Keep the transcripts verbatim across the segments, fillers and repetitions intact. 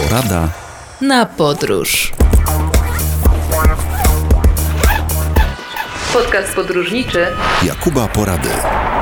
Porada na podróż. Podcast podróżniczy Jakuba Porady.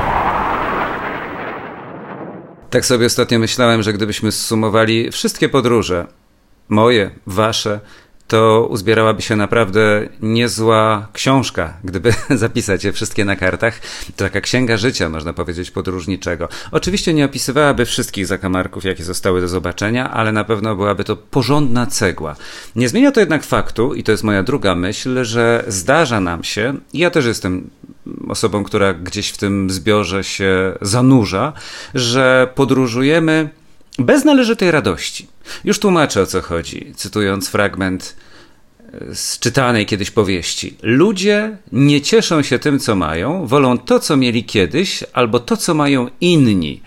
Tak sobie ostatnio myślałem, że gdybyśmy zsumowali wszystkie podróże, moje, wasze, to uzbierałaby się naprawdę niezła książka, gdyby zapisać je wszystkie na kartach. To taka księga życia, można powiedzieć, podróżniczego. Oczywiście nie opisywałaby wszystkich zakamarków, jakie zostały do zobaczenia, ale na pewno byłaby to porządna cegła. Nie zmienia to jednak faktu, i to jest moja druga myśl, że zdarza nam się, i ja też jestem osobą, która gdzieś w tym zbiorze się zanurza, że podróżujemy bez należytej radości. Już tłumaczę, o co chodzi, cytując fragment z czytanej kiedyś powieści. Ludzie nie cieszą się tym, co mają, wolą to, co mieli kiedyś, albo to, co mają inni.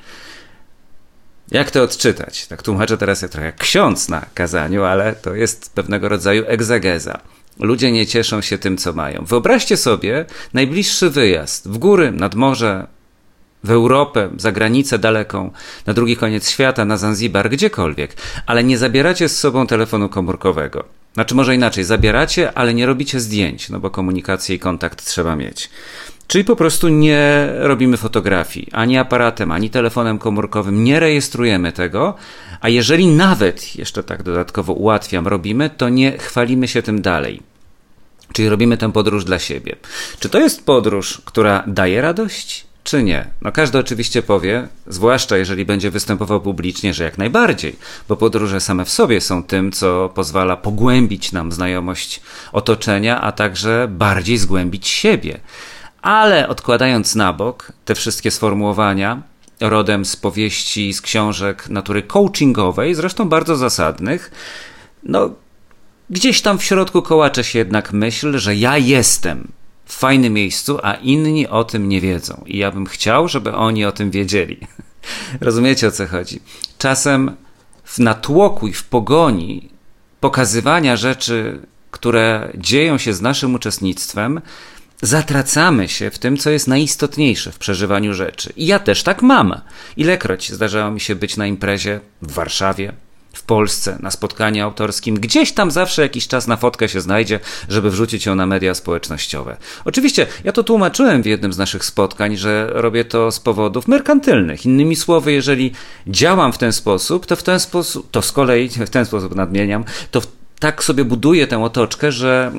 Jak to odczytać? Tak tłumaczę teraz jak trochę jak ksiądz na kazaniu, ale to jest pewnego rodzaju egzegeza. Ludzie nie cieszą się tym, co mają. Wyobraźcie sobie najbliższy wyjazd w góry, nad morze, w Europę, za granicę daleką, na drugi koniec świata, na Zanzibar, gdziekolwiek, ale nie zabieracie z sobą telefonu komórkowego. Znaczy może inaczej, zabieracie, ale nie robicie zdjęć, no bo komunikację i kontakt trzeba mieć. Czyli po prostu nie robimy fotografii, ani aparatem, ani telefonem komórkowym, nie rejestrujemy tego, a jeżeli nawet, jeszcze tak dodatkowo ułatwiam, robimy, to nie chwalimy się tym dalej. Czyli robimy tę podróż dla siebie. Czy to jest podróż, która daje radość? Czy nie? No każdy oczywiście powie, zwłaszcza jeżeli będzie występował publicznie, że jak najbardziej, bo podróże same w sobie są tym, co pozwala pogłębić nam znajomość otoczenia, a także bardziej zgłębić siebie. Ale odkładając na bok te wszystkie sformułowania, rodem z powieści, z książek natury coachingowej, zresztą bardzo zasadnych, no gdzieś tam w środku kołacze się jednak myśl, że ja jestem w fajnym miejscu, a inni o tym nie wiedzą. I ja bym chciał, żeby oni o tym wiedzieli. Rozumiecie, o co chodzi? Czasem w natłoku i w pogoni pokazywania rzeczy, które dzieją się z naszym uczestnictwem, zatracamy się w tym, co jest najistotniejsze w przeżywaniu rzeczy. I ja też tak mam. Ilekroć zdarzało mi się być na imprezie w Warszawie, w Polsce, na spotkaniu autorskim, gdzieś tam zawsze jakiś czas na fotkę się znajdzie, żeby wrzucić ją na media społecznościowe. Oczywiście, ja to tłumaczyłem w jednym z naszych spotkań, że robię to z powodów merkantylnych. Innymi słowy, jeżeli działam w ten sposób, to w ten sposób, to z kolei w ten sposób nadmieniam, to w tak sobie buduję tę otoczkę, że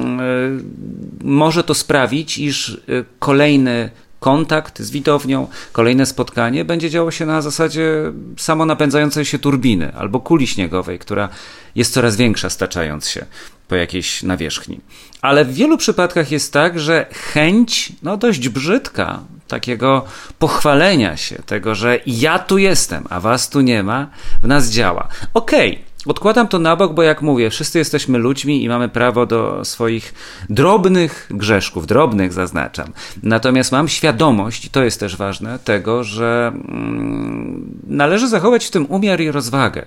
yy, może to sprawić, iż yy, kolejny kontakt z widownią, kolejne spotkanie będzie działo się na zasadzie samonapędzającej się turbiny albo kuli śniegowej, która jest coraz większa, staczając się po jakiejś nawierzchni. Ale w wielu przypadkach jest tak, że chęć, no dość brzydka, takiego pochwalenia się, tego, że ja tu jestem, a was tu nie ma, w nas działa. Okej. Okay. Odkładam to na bok, bo jak mówię, wszyscy jesteśmy ludźmi i mamy prawo do swoich drobnych grzeszków, drobnych zaznaczam. Natomiast mam świadomość, i to jest też ważne, tego, że mm, należy zachować w tym umiar i rozwagę,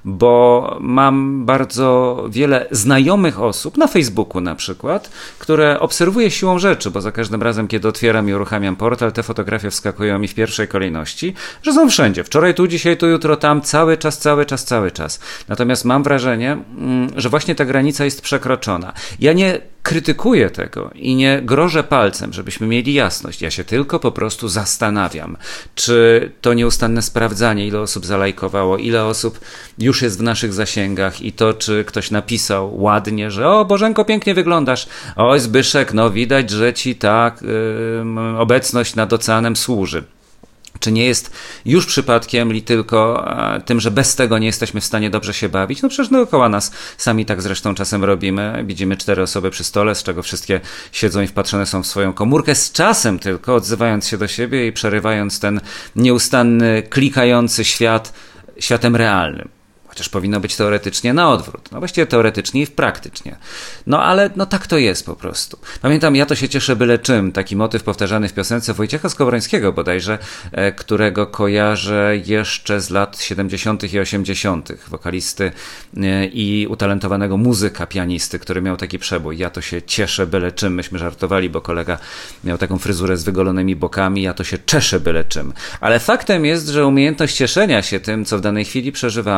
bo mam bardzo wiele znajomych osób, na Facebooku na przykład, które obserwuję siłą rzeczy, bo za każdym razem, kiedy otwieram i uruchamiam portal, te fotografie wskakują mi w pierwszej kolejności, że są wszędzie. Wczoraj tu, dzisiaj tu, jutro tam, cały czas, cały czas, cały czas. Natomiast mam wrażenie, że właśnie ta granica jest przekroczona. Ja nie krytykuję tego i nie grożę palcem, żebyśmy mieli jasność. Ja się tylko po prostu zastanawiam, czy to nieustanne sprawdzanie, ile osób zalajkowało, ile osób już jest w naszych zasięgach i to, czy ktoś napisał ładnie, że o Bożenko, pięknie wyglądasz, oj Zbyszek, no widać, że ci tak yy, obecność nad oceanem służy. Czy nie jest już przypadkiem li tylko tym, że bez tego nie jesteśmy w stanie dobrze się bawić? No przecież dookoła nas sami tak zresztą czasem robimy. Widzimy cztery osoby przy stole, z czego wszystkie siedzą i wpatrzone są w swoją komórkę, z czasem tylko odzywając się do siebie i przerywając ten nieustanny, klikający świat światem realnym. Chociaż powinno być teoretycznie na odwrót. No właściwie teoretycznie i praktycznie. No ale no tak to jest po prostu. Pamiętam, ja to się cieszę byle czym. Taki motyw powtarzany w piosence Wojciecha Skowrońskiego bodajże, e, którego kojarzę jeszcze z lat siedemdziesiątych i osiemdziesiątych. Wokalisty e, i utalentowanego muzyka, pianisty, który miał taki przebój. Ja to się cieszę byle czym. Myśmy żartowali, bo kolega miał taką fryzurę z wygolonymi bokami. Ja to się cieszę byle czym. Ale faktem jest, że umiejętność cieszenia się tym, co w danej chwili przeżywamy, to jest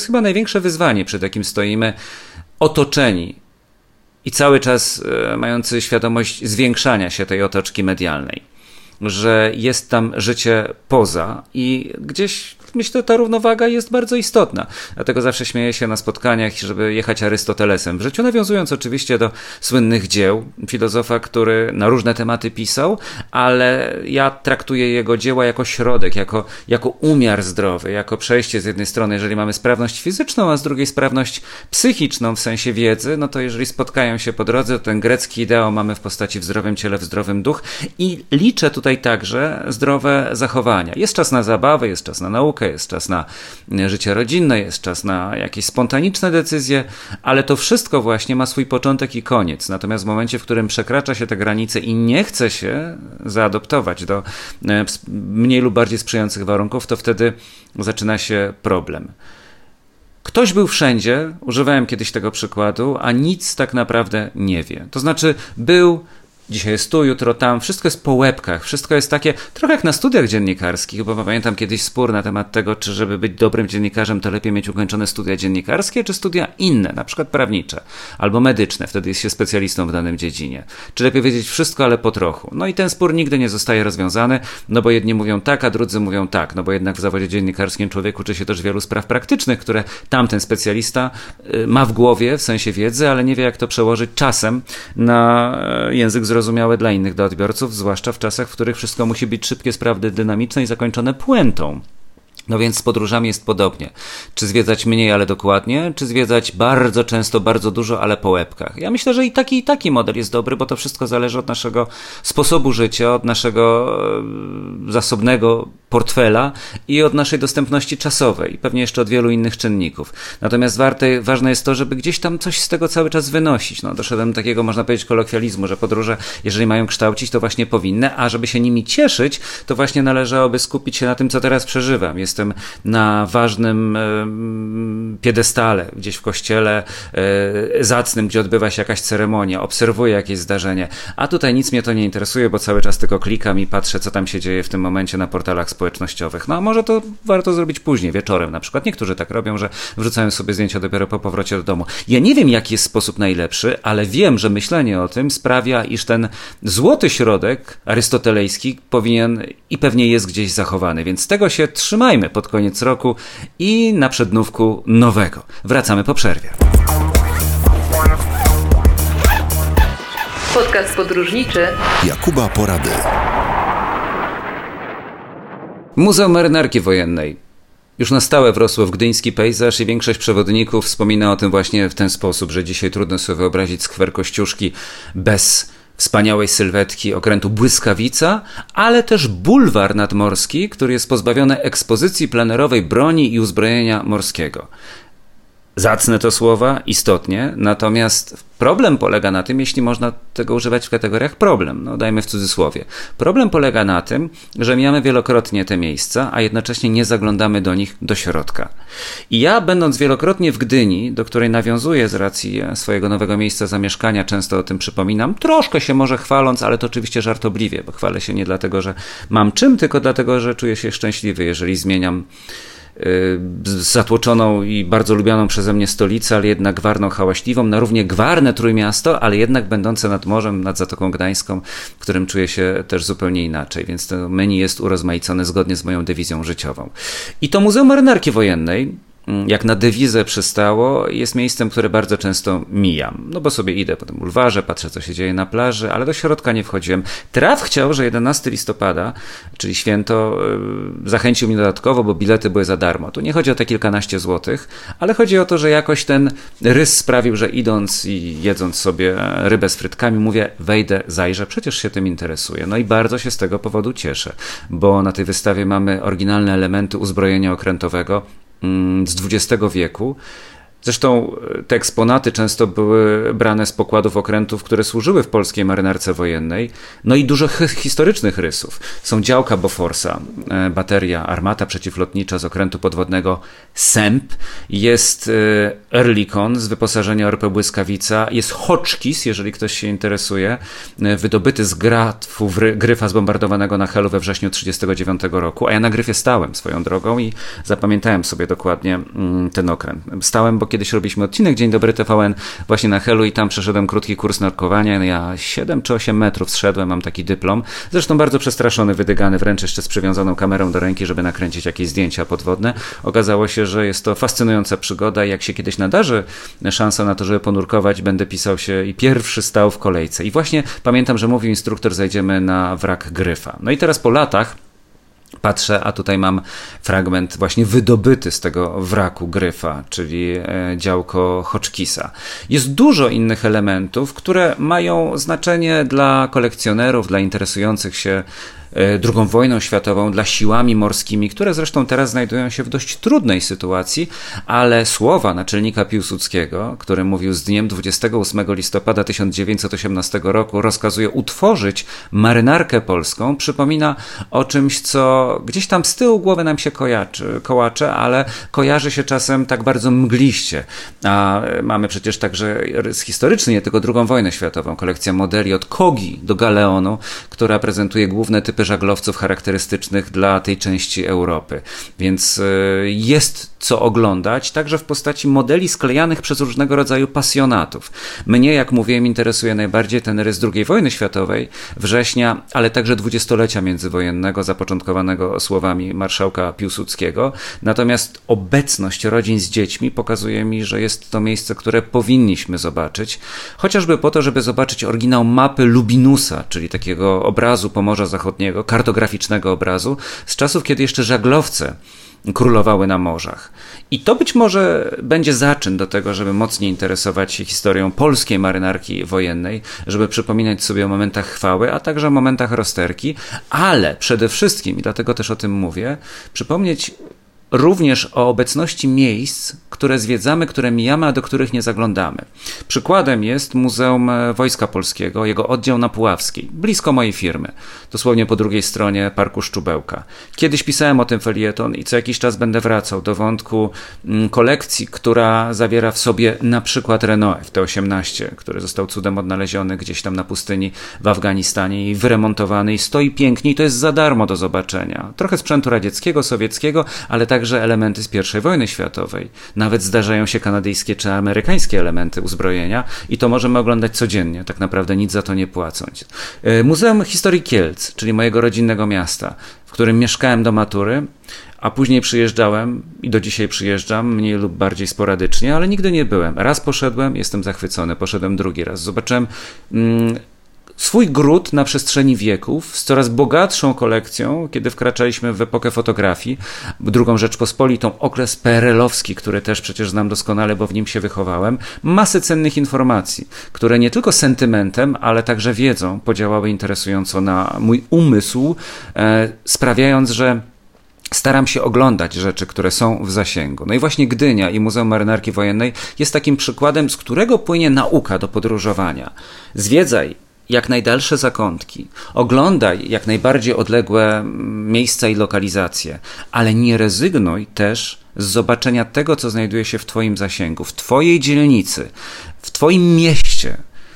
chyba największe wyzwanie, przed jakim stoimy, otoczeni i cały czas mający świadomość zwiększania się tej otoczki medialnej, że jest tam życie poza i gdzieś myślę, ta równowaga jest bardzo istotna. Dlatego zawsze śmieję się na spotkaniach, żeby jechać Arystotelesem w życiu, nawiązując oczywiście do słynnych dzieł filozofa, który na różne tematy pisał, ale ja traktuję jego dzieła jako środek, jako, jako umiar zdrowy, jako przejście z jednej strony, jeżeli mamy sprawność fizyczną, a z drugiej sprawność psychiczną w sensie wiedzy, no to jeżeli spotkają się po drodze, to ten grecki ideał mamy w postaci w zdrowym ciele, w zdrowym duch i liczę tutaj także zdrowe zachowania. Jest czas na zabawę, jest czas na naukę, jest czas na życie rodzinne, jest czas na jakieś spontaniczne decyzje, ale to wszystko właśnie ma swój początek i koniec. Natomiast w momencie, w którym przekracza się te granice i nie chce się zaadoptować do mniej lub bardziej sprzyjających warunków, to wtedy zaczyna się problem. Ktoś był wszędzie, używałem kiedyś tego przykładu, a nic tak naprawdę nie wie. To znaczy był... Dzisiaj jest tu, jutro tam, wszystko jest po łebkach, wszystko jest takie, trochę jak na studiach dziennikarskich, bo pamiętam kiedyś spór na temat tego, czy żeby być dobrym dziennikarzem, to lepiej mieć ukończone studia dziennikarskie, czy studia inne, na przykład prawnicze, albo medyczne, wtedy jest się specjalistą w danym dziedzinie. Czy lepiej wiedzieć wszystko, ale po trochu. No i ten spór nigdy nie zostaje rozwiązany, no bo jedni mówią tak, a drudzy mówią tak, no bo jednak w zawodzie dziennikarskim człowiek uczy się też wielu spraw praktycznych, które tamten specjalista ma w głowie, w sensie wiedzy, ale nie wie, jak to przełożyć czasem na język zrozumiały zrozumiałe dla innych, dla odbiorców, zwłaszcza w czasach, w których wszystko musi być szybkie, sprawne, dynamiczne i zakończone puentą. No więc z podróżami jest podobnie. Czy zwiedzać mniej, ale dokładnie, czy zwiedzać bardzo często, bardzo dużo, ale po łebkach. Ja myślę, że i taki, i taki model jest dobry, bo to wszystko zależy od naszego sposobu życia, od naszego e, zasobnego portfela i od naszej dostępności czasowej i pewnie jeszcze od wielu innych czynników. Natomiast warte, ważne jest to, żeby gdzieś tam coś z tego cały czas wynosić. No, doszedłem do takiego, można powiedzieć, kolokwializmu, że podróże, jeżeli mają kształcić, to właśnie powinny, a żeby się nimi cieszyć, to właśnie należałoby skupić się na tym, co teraz przeżywam. Jest Jestem na ważnym e, piedestale, gdzieś w kościele e, zacnym, gdzie odbywa się jakaś ceremonia, obserwuję jakieś zdarzenie, a tutaj nic mnie to nie interesuje, bo cały czas tylko klikam i patrzę, co tam się dzieje w tym momencie na portalach społecznościowych. No a może to warto zrobić później, wieczorem na przykład. Niektórzy tak robią, że wrzucają sobie zdjęcia dopiero po powrocie do domu. Ja nie wiem, jaki jest sposób najlepszy, ale wiem, że myślenie o tym sprawia, iż ten złoty środek arystotelejski powinien i pewnie jest gdzieś zachowany, więc tego się trzymajmy pod koniec roku i na przednówku nowego. Wracamy po przerwie. Podcast podróżniczy Jakuba Porady. Muzeum Marynarki Wojennej. Już na stałe wrosło w gdyński pejzaż i większość przewodników wspomina o tym właśnie w ten sposób, że dzisiaj trudno sobie wyobrazić skwer Kościuszki bez wspaniałej sylwetki okrętu Błyskawica, ale też bulwar nadmorski, który jest pozbawiony ekspozycji plenerowej broni i uzbrojenia morskiego. Zacne to słowa, istotnie, natomiast problem polega na tym, jeśli można tego używać w kategoriach problem, no dajmy w cudzysłowie. Problem polega na tym, że mijamy wielokrotnie te miejsca, a jednocześnie nie zaglądamy do nich do środka. I ja, będąc wielokrotnie w Gdyni, do której nawiązuję z racji swojego nowego miejsca zamieszkania, często o tym przypominam, troszkę się może chwaląc, ale to oczywiście żartobliwie, bo chwalę się nie dlatego, że mam czym, tylko dlatego, że czuję się szczęśliwy, jeżeli zmieniam zatłoczoną i bardzo lubianą przeze mnie stolicę, ale jednak gwarną hałaśliwą, na równie gwarne Trójmiasto, ale jednak będące nad morzem, nad Zatoką Gdańską, w którym czuję się też zupełnie inaczej, więc to menu jest urozmaicone zgodnie z moją dewizją życiową. I to Muzeum Marynarki Wojennej, jak na dewizę przystało, jest miejscem, które bardzo często mijam. No bo sobie idę po tym bulwarze, patrzę, co się dzieje na plaży, ale do środka nie wchodziłem. Traf chciał, że jedenastego listopada, czyli święto, yy, zachęcił mnie dodatkowo, bo bilety były za darmo. Tu nie chodzi o te kilkanaście złotych, ale chodzi o to, że jakoś ten rys sprawił, że idąc i jedząc sobie rybę z frytkami, mówię, wejdę, zajrzę, przecież się tym interesuję. No i bardzo się z tego powodu cieszę, bo na tej wystawie mamy oryginalne elementy uzbrojenia okrętowego z dwudziestego wieku, Zresztą te eksponaty często były brane z pokładów okrętów, które służyły w polskiej marynarce wojennej. No i dużo historycznych rysów. Są działka Boforsa, bateria, armata przeciwlotnicza z okrętu podwodnego Sęp, jest Erlikon z wyposażenia O R P Błyskawica, jest Hotchkiss, jeżeli ktoś się interesuje, wydobyty z gratwu Gryfa zbombardowanego na Helu we wrześniu tysiąc dziewięćset trzydziestego dziewiątego roku, a ja na Gryfie stałem swoją drogą i zapamiętałem sobie dokładnie ten okręt. Stałem, bo kiedyś robiliśmy odcinek Dzień Dobry T V N właśnie na Helu i tam przeszedłem krótki kurs nurkowania. Ja siedem czy osiem metrów zszedłem, mam taki dyplom. Zresztą bardzo przestraszony, wydygany, wręcz jeszcze z przywiązaną kamerą do ręki, żeby nakręcić jakieś zdjęcia podwodne. Okazało się, że jest to fascynująca przygoda i jak się kiedyś nadarzy szansa na to, żeby ponurkować, będę pisał się i pierwszy stał w kolejce. I właśnie pamiętam, że mówił instruktor, zajdziemy na wrak Gryfa. No i teraz po latach patrzę, a tutaj mam fragment właśnie wydobyty z tego wraku Gryfa, czyli działko Hotchkissa. Jest dużo innych elementów, które mają znaczenie dla kolekcjonerów, dla interesujących się drugą wojną światową, dla siłami morskimi, które zresztą teraz znajdują się w dość trudnej sytuacji, ale słowa naczelnika Piłsudskiego, który mówił z dniem dwudziestego ósmego listopada tysiąc dziewięćset osiemnastego roku, rozkazuje utworzyć marynarkę polską, przypomina o czymś, co gdzieś tam z tyłu głowy nam się kojaczy, kołacze, ale kojarzy się czasem tak bardzo mgliście. A mamy przecież także rys historyczny, nie tylko drugą wojnę światową, kolekcja modeli od Kogi do Galeonu, która prezentuje główne typy żaglowców charakterystycznych dla tej części Europy. Więc jest co oglądać, także w postaci modeli sklejanych przez różnego rodzaju pasjonatów. Mnie, jak mówiłem, interesuje najbardziej ten rys drugiej wojny światowej, września, ale także dwudziestolecia międzywojennego, zapoczątkowanego słowami marszałka Piłsudskiego. Natomiast obecność rodzin z dziećmi pokazuje mi, że jest to miejsce, które powinniśmy zobaczyć, chociażby po to, żeby zobaczyć oryginał mapy Lubinusa, czyli takiego obrazu Pomorza Zachodniego, kartograficznego obrazu, z czasów, kiedy jeszcze żaglowce królowały na morzach. I to być może będzie zaczyn do tego, żeby mocniej interesować się historią polskiej marynarki wojennej, żeby przypominać sobie o momentach chwały, a także o momentach rozterki, ale przede wszystkim, i dlatego też o tym mówię, przypomnieć również o obecności miejsc, które zwiedzamy, które mijamy, a do których nie zaglądamy. Przykładem jest Muzeum Wojska Polskiego, jego oddział na Puławskiej, blisko mojej firmy, dosłownie po drugiej stronie Parku Szczubełka. Kiedyś pisałem o tym felieton i co jakiś czas będę wracał do wątku kolekcji, która zawiera w sobie na przykład Renault F T osiemnaście, który został cudem odnaleziony gdzieś tam na pustyni w Afganistanie i wyremontowany i stoi pięknie i to jest za darmo do zobaczenia. Trochę sprzętu radzieckiego, sowieckiego, ale także elementy z pierwszej wojny światowej. Nawet zdarzają się kanadyjskie czy amerykańskie elementy uzbrojenia i to możemy oglądać codziennie, tak naprawdę nic za to nie płacąc. Muzeum Historii Kielc, czyli mojego rodzinnego miasta, w którym mieszkałem do matury, a później przyjeżdżałem i do dzisiaj przyjeżdżam, mniej lub bardziej sporadycznie, ale nigdy nie byłem. Raz poszedłem, jestem zachwycony, poszedłem drugi raz. Zobaczyłem mm, swój gród na przestrzeni wieków z coraz bogatszą kolekcją, kiedy wkraczaliśmy w epokę fotografii, drugą Rzeczpospolitą, okres P R L-owski, który też przecież znam doskonale, bo w nim się wychowałem, masę cennych informacji, które nie tylko sentymentem, ale także wiedzą podziałały interesująco na mój umysł, e, sprawiając, że staram się oglądać rzeczy, które są w zasięgu. No i właśnie Gdynia i Muzeum Marynarki Wojennej jest takim przykładem, z którego płynie nauka do podróżowania. Zwiedzaj jak najdalsze zakątki, oglądaj jak najbardziej odległe miejsca i lokalizacje, ale nie rezygnuj też z zobaczenia tego, co znajduje się w twoim zasięgu, w twojej dzielnicy, w twoim mieście,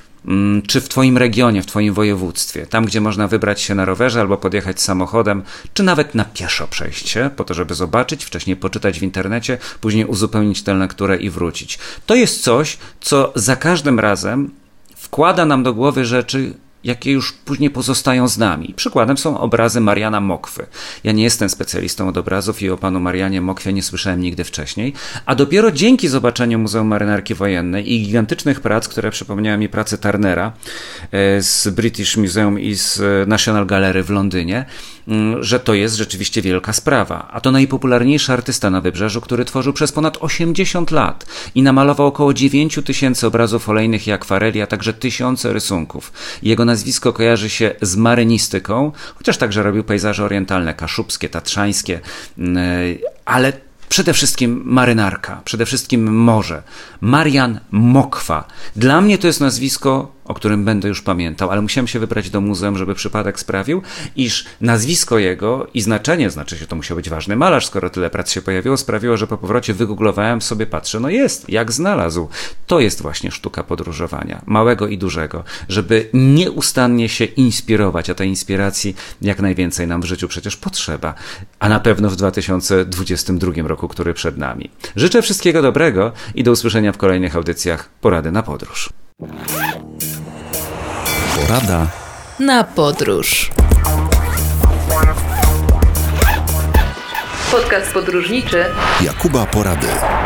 czy w twoim regionie, w twoim województwie, tam gdzie można wybrać się na rowerze albo podjechać samochodem, czy nawet na pieszo przejść się, po to, żeby zobaczyć, wcześniej poczytać w internecie, później uzupełnić tę lekturę i wrócić. To jest coś, co za każdym razem wkłada nam do głowy rzeczy, jakie już później pozostają z nami. Przykładem są obrazy Mariana Mokwy. Ja nie jestem specjalistą od obrazów i o panu Marianie Mokwie nie słyszałem nigdy wcześniej, a dopiero dzięki zobaczeniu Muzeum Marynarki Wojennej i gigantycznych prac, które przypomniały mi pracę Turnera z British Museum i z National Gallery w Londynie, że to jest rzeczywiście wielka sprawa. A to najpopularniejszy artysta na Wybrzeżu, który tworzył przez ponad osiemdziesiąt lat i namalował około dziewięć tysięcy obrazów olejnych i akwareli, a także tysiące rysunków. Jego nazwisko kojarzy się z marynistyką, chociaż także robił pejzaże orientalne, kaszubskie, tatrzańskie, ale Przede wszystkim marynarka, przede wszystkim morze. Marian Mokwa. Dla mnie to jest nazwisko, o którym będę już pamiętał, ale musiałem się wybrać do muzeum, żeby przypadek sprawił, iż nazwisko jego i znaczenie, znaczy się to musiał być ważny malarz, skoro tyle prac się pojawiło, sprawiło, że po powrocie wygooglowałem sobie, patrzę, no jest, jak znalazł. To jest właśnie sztuka podróżowania, małego i dużego, żeby nieustannie się inspirować, a tej inspiracji jak najwięcej nam w życiu przecież potrzeba, a na pewno w dwa tysiące dwudziestym drugim roku, który przed nami. Życzę wszystkiego dobrego i do usłyszenia w kolejnych audycjach Porady na podróż. Porada na podróż. Podcast podróżniczy Jakuba Porady.